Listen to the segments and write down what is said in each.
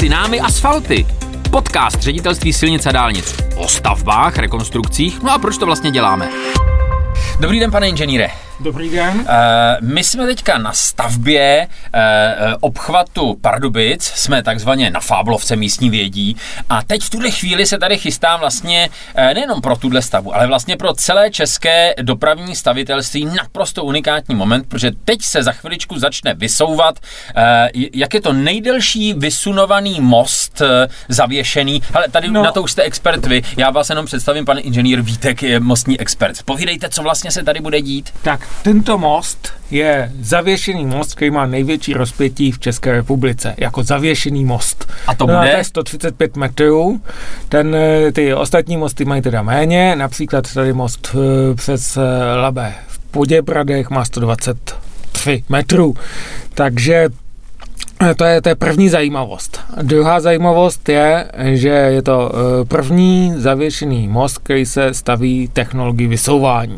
Mezi námi asfalty. Podcast Ředitelství silnic a dálnic o stavbách, rekonstrukcích. No a proč to vlastně děláme? Dobrý den, pane inženýre. Dobrý den. My jsme teďka na stavbě obchvatu Pardubic, jsme takzvaně na Fáblovce, místní vědí, a teď v tuhle chvíli se tady chystám vlastně nejenom pro tuhle stavbu, ale vlastně pro celé české dopravní stavitelství naprosto unikátní moment, protože teď se za chviličku začne vysouvat, jak je to nejdelší vysunovaný most zavěšený. Ale tady na to už jste expert vy, já vás jenom představím, pan inženýr Vítek je mostní expert. Povídejte, co vlastně se tady bude dít. Tak, tento most je zavěšený most, který má největší rozpětí v České republice, jako zavěšený most. A to bude? To je 135 metrů, ty ostatní mosty mají teda méně, například tady most přes Labe v Poděbradech má 123 metrů, takže to je první zajímavost. Druhá zajímavost je, že je to první zavěšený most, který se staví technologií vysouvání.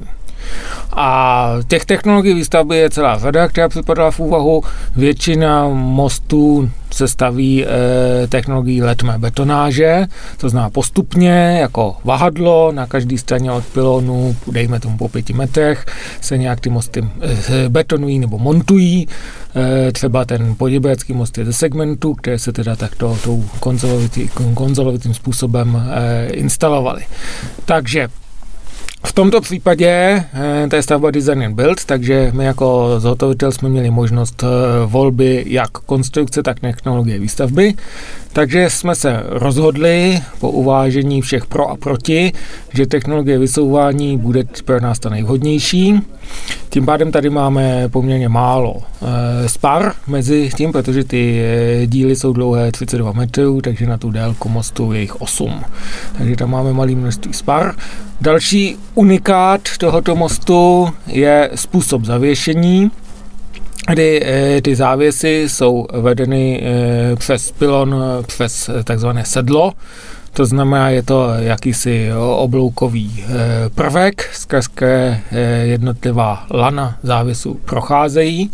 A těch technologií výstavby je celá řada, která připadá v úvahu. Většina mostů se staví technologií letmé betonáže, to znamená postupně, jako vahadlo, na každé straně od pylonu, dejme tomu po 5 metrech, se nějak ty mosty betonují nebo montují. Třeba ten poděbradský most je ze segmentu, které se teda takto tou konzolovitým způsobem instalovaly. Takže v tomto případě to je stavba Design and Build, takže my jako zhotovitel jsme měli možnost volby jak konstrukce, tak technologie výstavby. Takže jsme se rozhodli po uvážení všech pro a proti, že technologie vysouvání bude pro nás ta nejvhodnější. Tím pádem tady máme poměrně málo spar mezi tím, protože ty díly jsou dlouhé 32 metrů, takže na tu délku mostu je jich 8. Takže tam máme malé množství spar. Další unikát tohoto mostu je způsob zavěšení, kdy ty závěsy jsou vedeny přes pylon, přes takzvané sedlo. To znamená, je to jakýsi obloukový prvek, skrz které jednotlivá lana závěsu procházejí.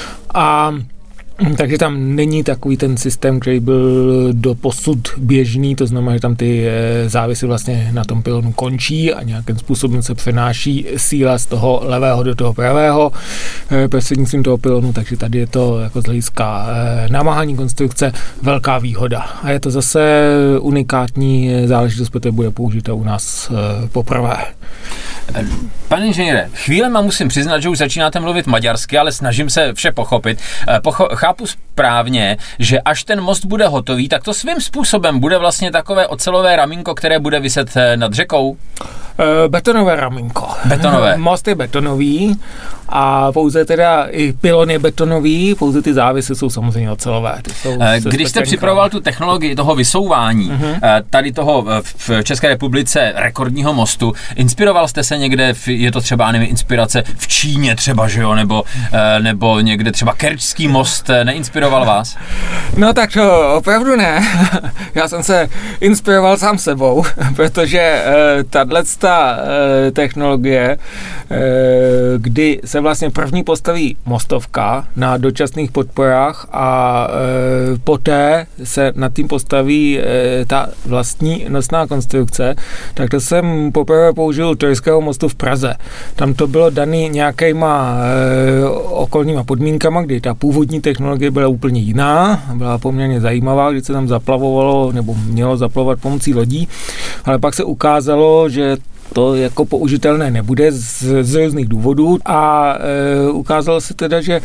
Takže tam není takový ten systém, který byl doposud běžný, to znamená, že tam ty závěsy vlastně na tom pylonu končí a nějakým způsobem se přenáší síla z toho levého do toho pravého prostřednictvím toho pylonu, takže tady je to jako z hlediska namáhání konstrukce velká výhoda. A je to zase unikátní záležitost, protože bude použita u nás poprvé. Pane inženýre, chvílema musím přiznat, že už začínáte mluvit maďarsky, ale snažím se vše pochopit. Chápu správně, že až ten most bude hotový, tak to svým způsobem bude vlastně takové ocelové ramínko, které bude viset nad řekou? Betonové ramínko. Betonové. Most je betonový a pouze teda i pylon je betonový, pouze ty závěsy jsou samozřejmě ocelové. Když jste připravoval tu technologii toho vysouvání, tady toho v České republice rekordního mostu, inspiroval jste se někde, je to třeba, nevím, inspirace v Číně třeba, že jo, nebo někde třeba Kerčský most, neinspiroval vás? No tak to opravdu ne. Já jsem se inspiroval sám sebou, protože tato technologie, kdy se vlastně první postaví mostovka na dočasných podporách a poté se nad tím postaví ta vlastní nosná konstrukce, tak to jsem poprvé použil u Trojského mostu v Praze. Tam to bylo dané nějakýma okolníma podmínkama, kdy ta původní technologie byla úplně jiná, byla poměrně zajímavá, kdy se tam zaplavovalo nebo mělo zaplavovat pomocí lodí, ale pak se ukázalo, že to jako použitelné nebude z různých důvodů a ukázalo se teda, že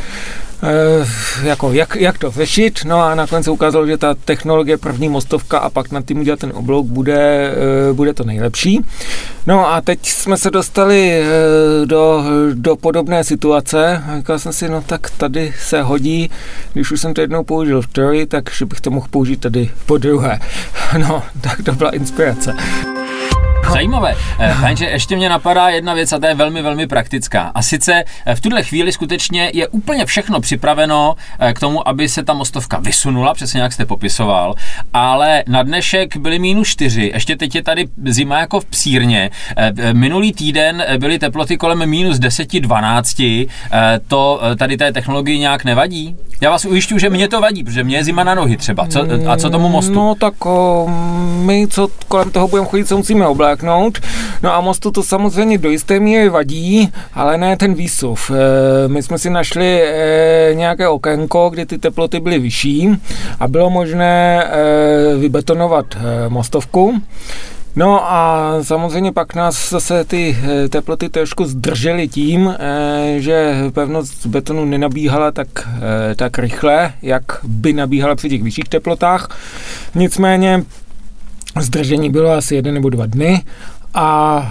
jak to řešit, no a nakonec se ukázalo, že ta technologie první mostovka a pak nad tím udělat ten oblouk bude to nejlepší. No a teď jsme se dostali do podobné situace a říkal jsem si, no tak tady se hodí, když už jsem to jednou použil v Troji, takže bych to mohl použít tady podruhé. No, tak to byla inspirace. Zajímavé. Takže ještě mě napadá jedna věc a ta je velmi, velmi praktická. A sice v tuhle chvíli skutečně je úplně všechno připraveno k tomu, aby se ta mostovka vysunula, přesně jak jste popisoval, ale na dnešek byly -4, ještě teď je tady zima jako v Psírně. Minulý týden byly teploty kolem -10, -12. To tady té technologii nějak nevadí? Já vás ujišťuju, že mě to vadí, protože mě je zima na nohy třeba. A co tomu mostu? No tak my, co kolem toho budeme chodit, se musíme obléknout. No a mostu to samozřejmě do jisté míry vadí, ale ne ten výsuv. My jsme si našli nějaké okénko, kde ty teploty byly vyšší a bylo možné vybetonovat mostovku. No a samozřejmě pak nás zase ty teploty trošku zdržely tím, že pevnost betonu nenabíhala tak rychle, jak by nabíhala při těch vyšších teplotách. Nicméně zdržení bylo asi 1 nebo 2 dny a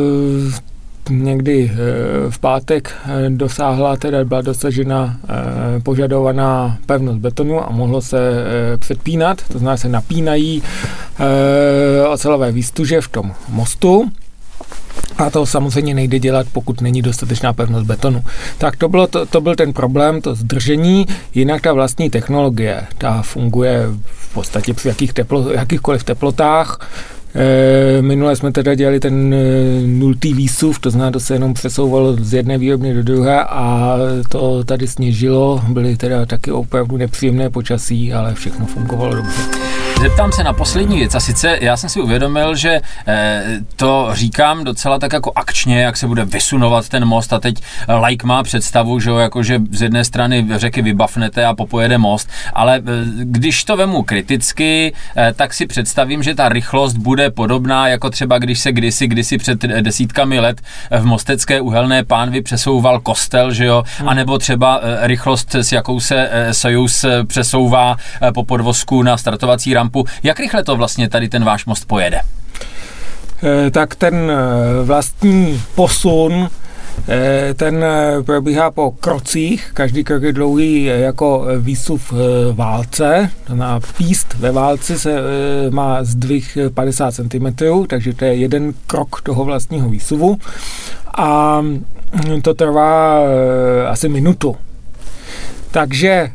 někdy v pátek byla dosažena požadovaná pevnost betonu a mohlo se předpínat, to znamená, se napínají ocelové výstuže v tom mostu. A to samozřejmě nejde dělat, pokud není dostatečná pevnost betonu. Tak to byl ten problém, to zdržení, jinak ta vlastní technologie, ta funguje v podstatě při jakýchkoliv teplotách. Minule jsme teda dělali ten nultý výsuv, to znamená, to se jenom přesouvalo z jedné výrobny do druhé a to tady sněžilo, byly teda taky opravdu nepříjemné počasí, ale všechno fungovalo dobře. Zeptám se na poslední věc a sice já jsem si uvědomil, že to říkám docela tak jako akčně, jak se bude vysunovat ten most a teď laik má představu, že jakože z jedné strany řeky vybafnete a popojede most, ale když to vemu kriticky, tak si představím, že ta rychlost bude podobná jako třeba když se kdysi před desítkami let v mostecké uhelné pánvi přesouval kostel, že jo, anebo třeba rychlost, s jakou se Sojuz přesouvá po podvozku na startovací rampu. Jak rychle to vlastně tady ten váš most pojede? Tak ten vlastní posun, ten probíhá po krocích, každý krok je dlouhý jako výsuv válce, to znamená píst ve válci se má zdvih 50 cm, takže to je jeden krok toho vlastního výsuvu a to trvá asi minutu. Takže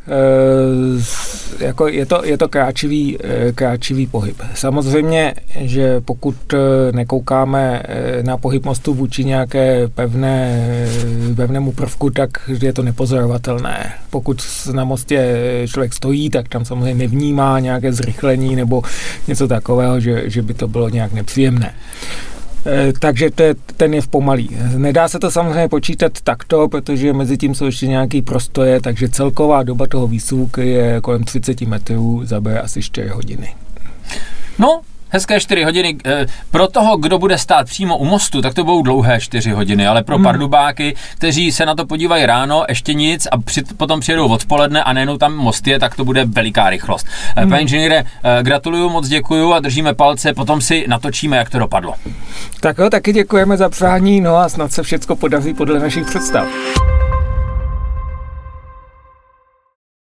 jako je to kráčivý pohyb. Samozřejmě, že pokud nekoukáme na pohyb mostu vůči nějaké pevnému prvku, tak je to nepozorovatelné. Pokud na mostě člověk stojí, tak tam samozřejmě nevnímá nějaké zrychlení nebo něco takového, že by to bylo nějak nepříjemné. Takže ten je v pomalý. Nedá se to samozřejmě počítat takto, protože mezi tím jsou ještě nějaký prostoje, takže celková doba toho výsuvu je kolem 30 metrů, zabere asi 4 hodiny. No, hezké 4 hodiny. Pro toho, kdo bude stát přímo u mostu, tak to budou dlouhé 4 hodiny, ale pro pardubáky, kteří se na to podívají ráno, ještě nic a potom přijedou odpoledne a nejenom tam most je, tak to bude veliká rychlost. Pane inženýre, gratuluju, moc děkuju a držíme palce, potom si natočíme, jak to dopadlo. Tak jo, taky děkujeme za přání, no a snad se všecko podaří podle našich představ.